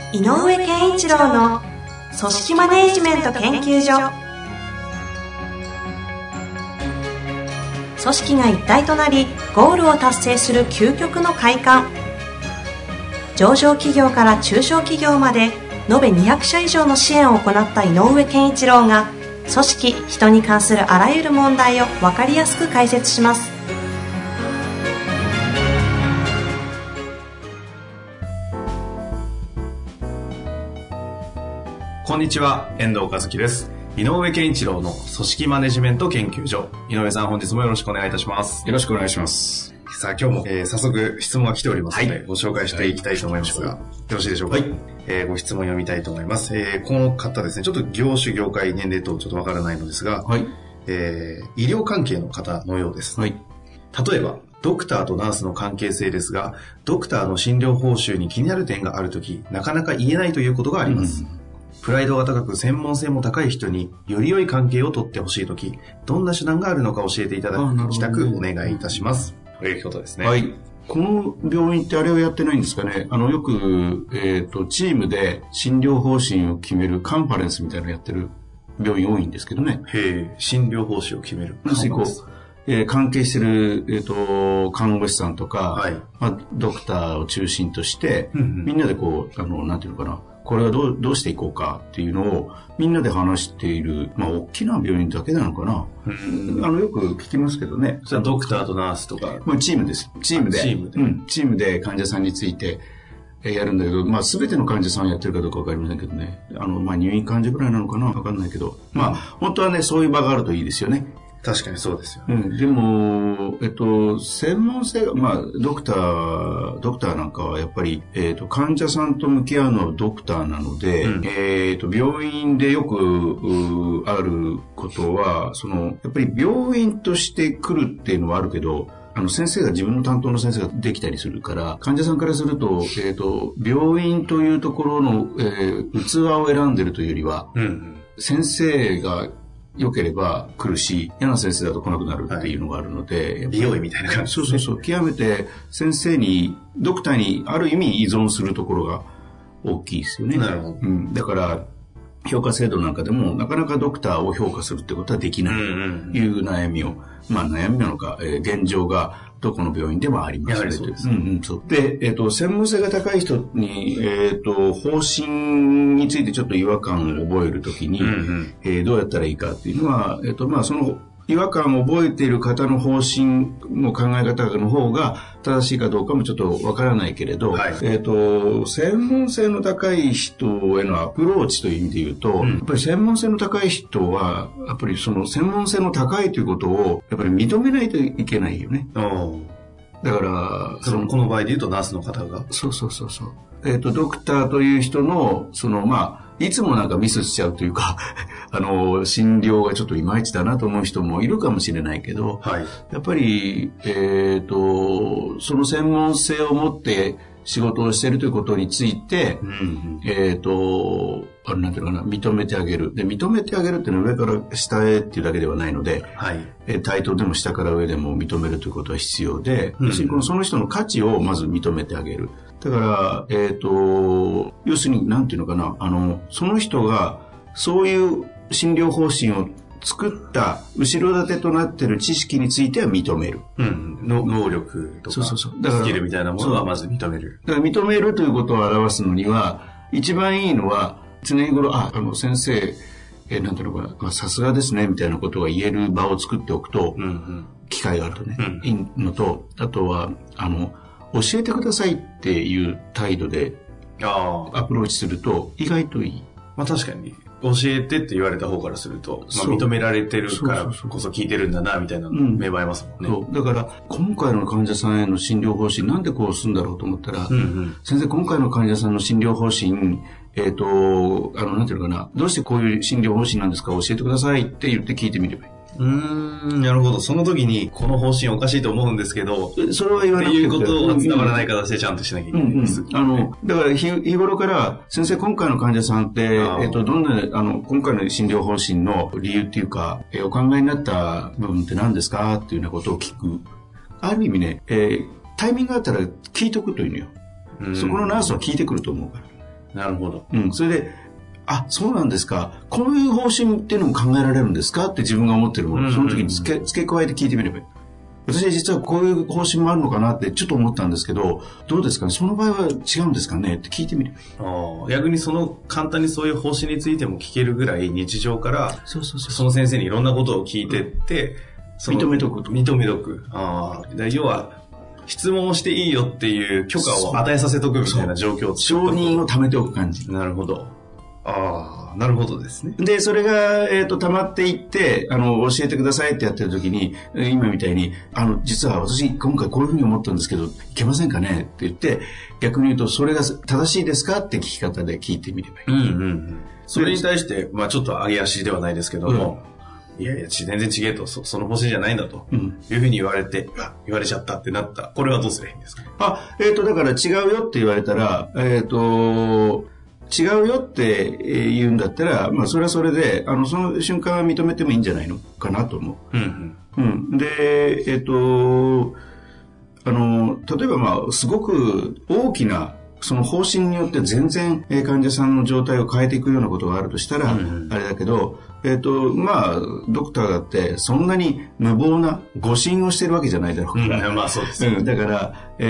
井上健一郎の組織マネジメント研究所。組織が一体となりゴールを達成する究極の快感。上場企業から中小企業まで延べ200社以上の支援を行った井上健一郎が、組織・人に関するあらゆる問題を分かりやすく解説します。 こんにちは、遠藤和樹です。井上健一郎の組織マネジメント研究所。井上さん、本日もよろしくお願いいたします。 よろしくお願いします。 さあ、今日も、早速質問が来ておりますので、ご紹介していきたいと思いますが、よろしいでしょうか。ご質問読みたいと思います。この方ですね、ちょっと業種、業界、年齢等ちょっとわからないのですが、医療関係の方のようです。例えば、ドクターとナースの関係性ですが、ドクターの診療報酬に気になる点があるとき、なかなか言えないということがあります。プライドが高く専門性も高い人により良い関係を取ってほしいとき、どんな手段があるのか教えていただきたくお願いいたします。ということですね。 この病院ってあれをやってないんですかね。よく、チームで診療方針を決めるカンファレンスみたいなのやってる病院多いんですけどね。 診療方針を決める。 関係してる、看護師さんとか、ドクターを中心として、みんなでこう、なんていうのかな。これはどうしていこうかっていうのをみんなで話している、大きな病院だけなのかな。よく聞きますけどね。 それはドクターとナースとか。 チームです。チームで患者さんについてやるんだけど、全ての患者さんやってるかどうかわかりませんけどね。入院患者ぐらいなのかなわかんないけど。本当はね、そういう場があるといいですよね。 確かにそうですよ。 でも、専門性が、ドクターなんかはやっぱり、患者さんと向き合うのはドクターなので、病院でよくあることは、やっぱり病院として来るっていうのはあるけど、先生が自分の担当の先生ができたりするから、患者さんからすると、病院というところの、器を選んでるというよりは、先生が良ければ来るし、嫌な先生だと来なくなるっていうのがあるので。 美容医みたいな感じですね。 そう。極めて先生に、ドクターにある意味依存するところが大きいですよね。 なるほど。 だから、評価制度なんかでも、なかなかドクターを評価するってことはできないという悩みを、悩みなのか、現状がどこの病院でもありますね。 そうです。 で、専門性が高い人に、方針についてちょっと違和感を覚えるときに、どうやったらいいかっていうのは、その違和感を覚えている方の方針の考え方の方が正しいかどうかもちょっとわからないけれど、専門性の高い人へのアプローチという意味で言うと、やっぱり専門性の高い人は、やっぱりその専門性の高いということを、やっぱり認めないといけないよね。だから、 この場合で言うとナースの方が。 そう。ドクターという人の、いつもなんかミスしちゃうというか、診療がちょっといまいちだなと思う人もいるかもしれないけど、やっぱり、その専門性を持って仕事をしているということについて、なんていうのかな、認めてあげる。で、認めてあげるっていうのは上から下へっていうだけではないので、対等でも下から上でも認めるということは必要で、要するにその人の価値をまず認めてあげる。だから、要するに、なんていうのかな、その人が、そういう診療方針を作った後ろ盾となっている知識については認める。 能力とか、スキルみたいなものはまず認める。 だから認めるということを表すのには、一番いいのは、常日頃、先生、なんていうのかな、さすがですね、みたいなことが言える場を作っておくと、機会があるとね、いいのと、あとは、教えてくださいっていう態度でアプローチすると意外といい。 確かに教えてって言われた方からすると、認められてるからこそ聞いてるんだなみたいなの芽生えますもんね。 だから今回の患者さんへの診療方針なんでこうするんだろうと思ったら、先生今回の患者さんの診療方針なんていうのかな、どうしてこういう診療方針なんですか、教えてくださいって言って聞いてみればいい。 なるほど。その時にこの方針おかしいと思うんですけど、 それは言わなくてっていうことを伝わらない形でちゃんとしなきゃいけないんです。 だから日頃から先生今回の患者さんってどんな今回の診療方針の理由っていうか、お考えになった部分って何ですかっていうようなことを聞く。ある意味ね、タイミングがあったら聞いとくというのよ。そこのナースは聞いてくると思うから。 なるほど。 それで、そうなんですか。こういう方針っていうのも考えられるんですかって自分が思ってるもの、その時に付け加えて聞いてみればいい。私は実はこういう方針もあるのかなってちょっと思ったんですけど、どうですかね、その場合は違うんですかねって聞いてみる。 逆に簡単にそういう方針についても聞けるぐらい日常からその先生にいろんなことを聞いてって、 認めとく。 要は質問をしていいよっていう許可を与えさせとくみたいな状況を承認を貯めておく感じ。 なるほど。なるほどですね。 で、それが、溜まっていって、教えてくださいってやってる時に、今みたいに、実は私、今回こういうふうに思ったんですけど、いけませんかねって言って、逆に言うと、それが正しいですかって聞き方で聞いてみればいい。 それに対して、ちょっと上げ足ではないですけども、いやいや、全然違えと、その方針じゃないんだと、いうふうに言われちゃったってなった。これはどうすればいいんですか？ だから違うよって言われたら、違うよって言うんだったら、それはそれで、その瞬間は認めてもいいんじゃないのかなと思う。で、例えばすごく大きな、その方針によって全然患者さんの状態を変えていくようなことがあるとしたら、あれだけど、ドクターだってそんなに無謀な誤診をしてるわけじゃないだろうから。 そうですね。 だから、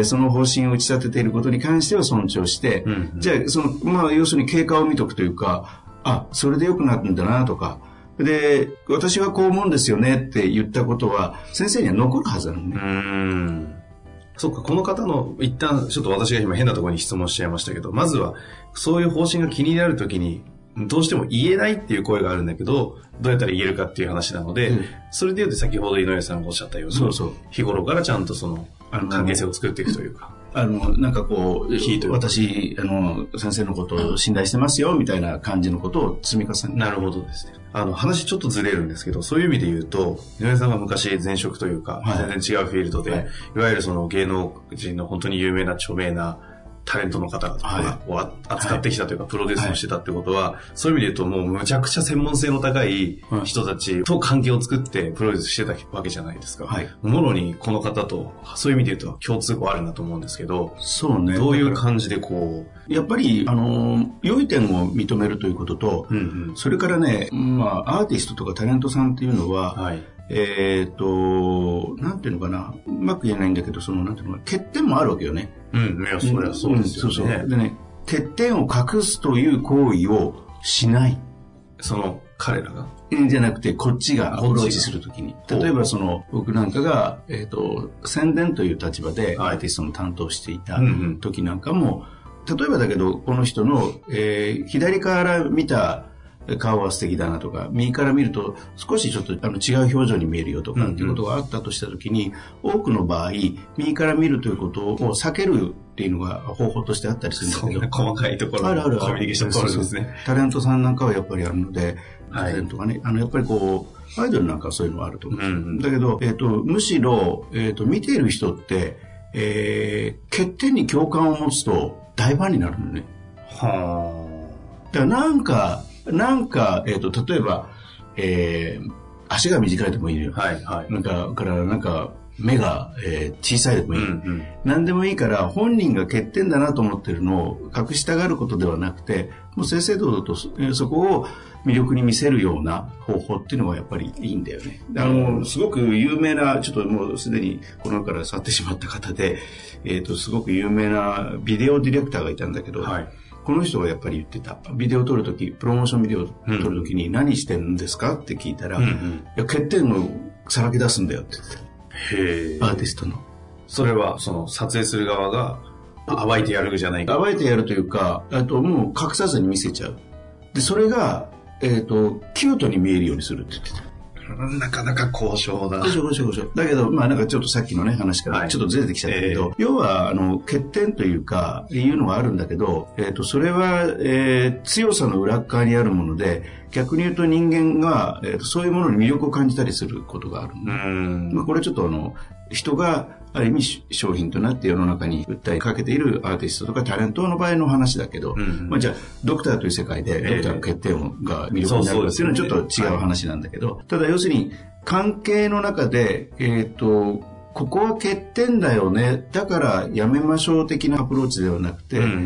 その方針を打ち立てていることに関しては尊重して、じゃあ、要するに経過を見とくというか、それで良くなるんだなとか、で、私はこう思うんですよねって言ったことは、先生には残るはずなのね。 そっか、この方の一旦ちょっと私が今変なところに質問しちゃいましたけど、まずはそういう方針が気になるときにどうしても言えないっていう声があるんだけど、どうやったら言えるかっていう話なので、それで言うと先ほど井上さんがおっしゃったように、日頃からちゃんとその関係性を作っていくというか、 なんかこう、私、先生のことを信頼してますよみたいな感じのことを積み重ね。 なるほどですね。話ちょっとずれるんですけど、そういう意味で言うと、井上さんが昔前職というか、全然違うフィールドで、いわゆるその芸能人の本当に有名な著名なタレントの方々を扱ってきたというか、プロデュースをしてたってことは、そういう意味で言うともうむちゃくちゃ専門性の高い人たちと関係を作ってプロデュースしてたわけじゃないですか。もろにこの方と、そういう意味で言うと共通項あるなと思うんですけど、 そうね。 どういう感じでこう、 やっぱり、良い点を認めるということと、それからね、アーティストとかタレントさんっていうのは、なんていうのかな、うまく言えないんだけど、なんていうのかな、欠点もあるわけよね。 いや、それはそうですよね。 でね、欠点を隠すという行為をしない。 彼らがじゃなくて、こっちがアプローチするときに。例えば、僕なんかが、宣伝という立場でアーティストの担当していた時なんかも、例えばだけど、この人の、左から見た顔は素敵だなとか、右から見ると少しちょっと違う表情に見えるよとかっていうことがあったとしたときに、多くの場合、右から見るということを避けるっていうのが方法としてあったりするんだけど。 そんな細かいところのコミュニケーション取るんですね。 タレントさんなんかはやっぱりあるので、タレントがね、やっぱりこう、アイドルなんかはそういうのはあると思うんですよ。だけど、むしろ、見ている人って、欠点に共感を持つと大ファンになるのね。だからなんか、例えば、足が短いでもいいよ。なんか、目が、小さいでもいい。何でもいいから、本人が欠点だなと思ってるのを隠したがることではなくて、もう正々堂々とそこを魅力に見せるような方法っていうのがやっぱりいいんだよね。すごく有名な、ちょっともうすでにこの世から去ってしまった方で、すごく有名なビデオディレクターがいたんだけど、この人がやっぱり言ってた。ビデオを撮るとき、プロモーションビデオを撮るときに何してるんですかって聞いたら、いや、欠点をさらけ出すんだよって言ってた。アーティストの。 それは、撮影する側が、暴いてやるじゃないか。 暴いてやるというか、もう隠さずに見せちゃう。で、それが、キュートに見えるようにするって言ってた。 なかなか高尚だ。 高尚。だけど、なんかちょっとさっきのね、話からちょっとずれてきちゃったけど、要は、欠点というか、いうのがあるんだけど、それは、強さの裏側にあるもので、逆に言うと人間が、そういうものに魅力を感じたりすることがある。これちょっと人が、ある意味商品となって世の中に訴えかけているアーティストとかタレントの場合の話だけど、じゃあドクターという世界でドクターの欠点が魅力になるっていうのはちょっと違う話なんだけど、ただ要するに関係の中で、ここは欠点だよね、だからやめましょう的なアプローチではなくて、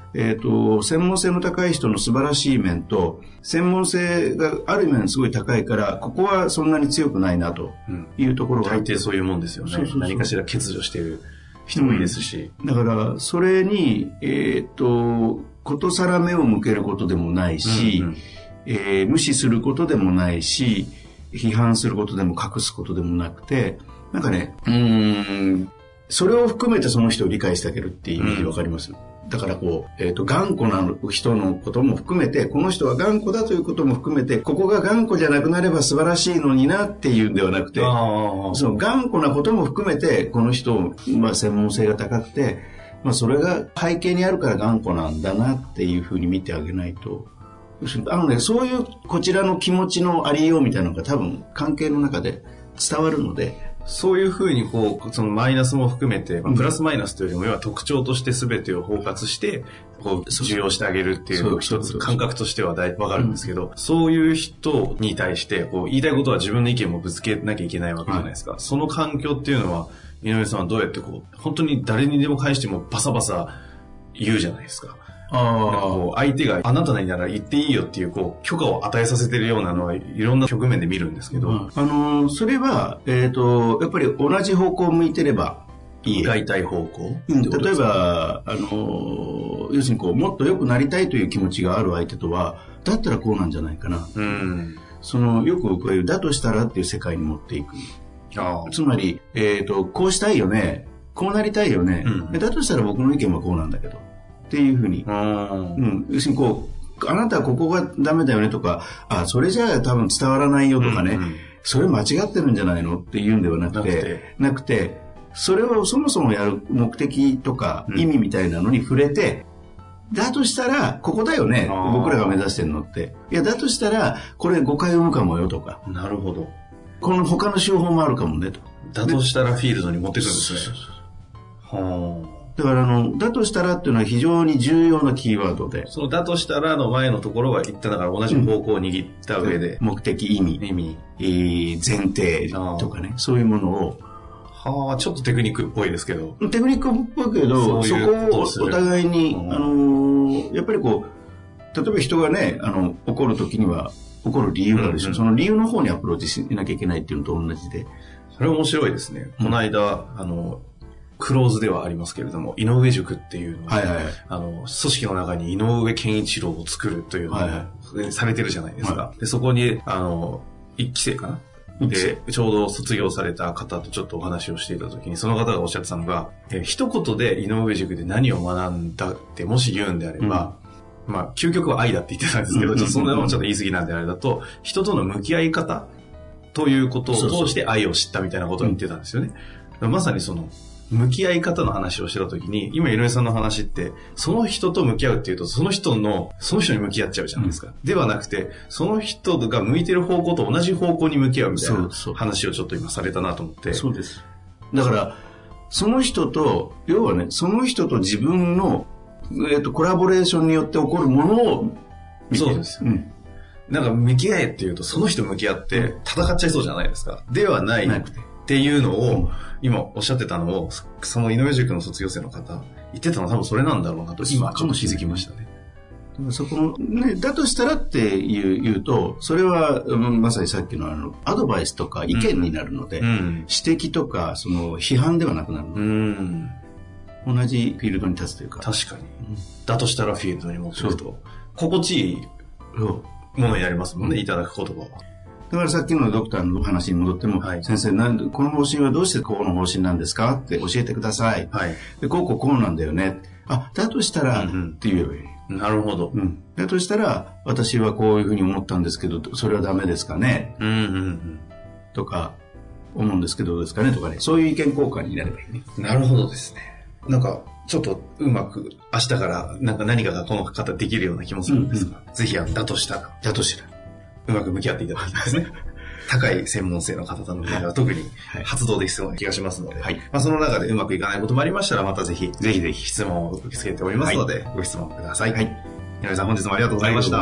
専門性の高い人の素晴らしい面と、専門性がある面すごい高いから、ここはそんなに強くないなというところが、 大抵そういうもんですよね。何かしら欠如している人もいいですし。 だから、それに、ことさら目を向けることでもないし、無視することでもないし、批判することでも隠すことでもなくて、なんかね、それを含めてその人を理解してあげるっていう意味でわかります。だからこう、頑固な人のことも含めて、この人は頑固だということも含めて、ここが頑固じゃなくなれば素晴らしいのになっていうんではなくて、その頑固なことも含めて、この人は専門性が高くて、それが背景にあるから頑固なんだなっていうふうに見てあげないと、そういうこちらの気持ちのありようみたいなのが多分関係の中で伝わるので、 そういうふうにそのマイナスも含めて、プラスマイナスというよりも、要は特徴として全てを包括して、受容してあげるっていう一つ感覚としてはわかるんですけど、そういう人に対して、言いたいことは自分の意見もぶつけなきゃいけないわけじゃないですか。その環境っていうのは、井上さんはどうやって本当に誰にでも返してもバサバサ言うじゃないですか。相手があなたなりなら言っていいよっていう許可を与えさせてるようなのはいろんな局面で見るんですけど、 それはやっぱり同じ方向を向いてればいい。 向かいたい方向、 例えば要するにもっと良くなりたいという気持ちがある相手とは、だったらこうなんじゃないかな。よくこういうだとしたらっていう世界に持っていく。つまりこうしたいよね、こうなりたいよね、だとしたら僕の意見はこうなんだけど。っていうふうに、要するにあなたはここがダメだよねとか、それじゃあ多分伝わらないよとかね、それ間違ってるんじゃないのっていうんではなくて、それをそもそもやる目的とか意味みたいなのに触れて、だとしたらここだよね、僕らが目指してるのって、いやだとしたらこれ誤解を生むかもよとか、 なるほど、 この他の手法もあるかもねと、 だとしたらフィールドに持ってくるんですね。 だからだとしたらっていうのは非常に重要なキーワードで、 そのだとしたらの前のところは言っただから同じ方向を握った上で、 目的、意味、前提とかね、そういうものを、 ちょっとテクニックっぽいですけど、 テクニックっぽいけど、そこをお互いにやっぱり例えば人がね怒る時には怒る理由があるでしょ、その理由の方にアプローチしなきゃいけないっていうのと同じで、 それ面白いですね。この間クローズではありますけれども、井上塾っていうのが、組織の中に井上健一郎を作るというのが、されてるじゃないですか。でそこに、1期生かなで、ちょうど卒業された方とちょっとお話をしていたときに、その方がおっしゃってたのが、一言で井上塾で何を学んだってもし言うんであれば、究極は愛だって言ってたんですけど、それはちょっと言い過ぎなんであれだと、人との向き合い方ということを通して愛を知ったみたいなことを言ってたんですよね。まさに向き合い方の話をしてたときに、今井上さんの話って、その人と向き合うっていうと、その人に向き合っちゃうじゃないですか。ではなくて、その人が向いてる方向と同じ方向に向き合うみたいな話をちょっと今されたなと思って。 そうです。だから、その人と、要はね、その人と自分の、コラボレーションによって起こるものを見てる。 そうですよ。なんか向き合えっていうと、その人向き合って戦っちゃいそうじゃないですか。ではない。なくて。っていうのを、今おっしゃってたのを、その井上塾の卒業生の方、言ってたのは多分それなんだろうなと、今ちょっと気づきましたね。 そこね、だとしたらって言うと、それは、まさにさっきのアドバイスとか意見になるので、指摘とか、批判ではなくなるので、同じフィールドに立つというか。 確かに。だとしたらフィールドに持っていくと、心地いいものになりますもんね、いただく言葉は。 だからさっきのドクターの話に戻っても、先生この方針はどうしてこうの方針なんですかって教えてください。でこうなんだよね。だとしたら、って言えばいい。 なるほど。 だとしたら、私はこういうふうに思ったんですけど、それはダメですかね。とか、思うんですけどどうですかねとかね。そういう意見交換になればいいね。 なるほどですね。なんか、ちょっとうまく、明日から何かがこの方できるような気もするんですが、ぜひだとしたら。うまく向き合っていただきたいですね。高い専門性の方の方は特に発動できそうな気がしますので、その中でうまくいかないこともありましたら、またぜひ質問を受け付けておりますので、ご質問ください。井上さん、本日もありがとうございました。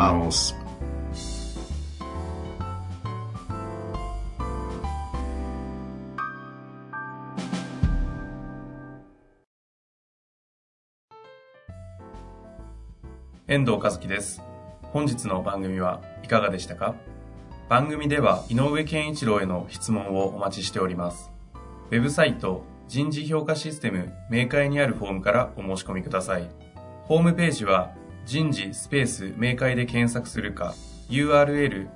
遠藤和樹です。本日の番組はいかがでしたか？番組では井上健一郎への質問をお待ちしております。ウェブサイト人事評価システム明快にあるフォームからお申し込みください。ホームページは人事スペース明快で検索するか、URL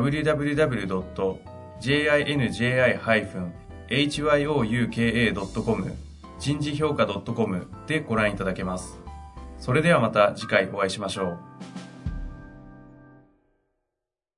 www.jinji-hyouka.com 人事評価 .com でご覧いただけます。それではまた次回お会いしましょう。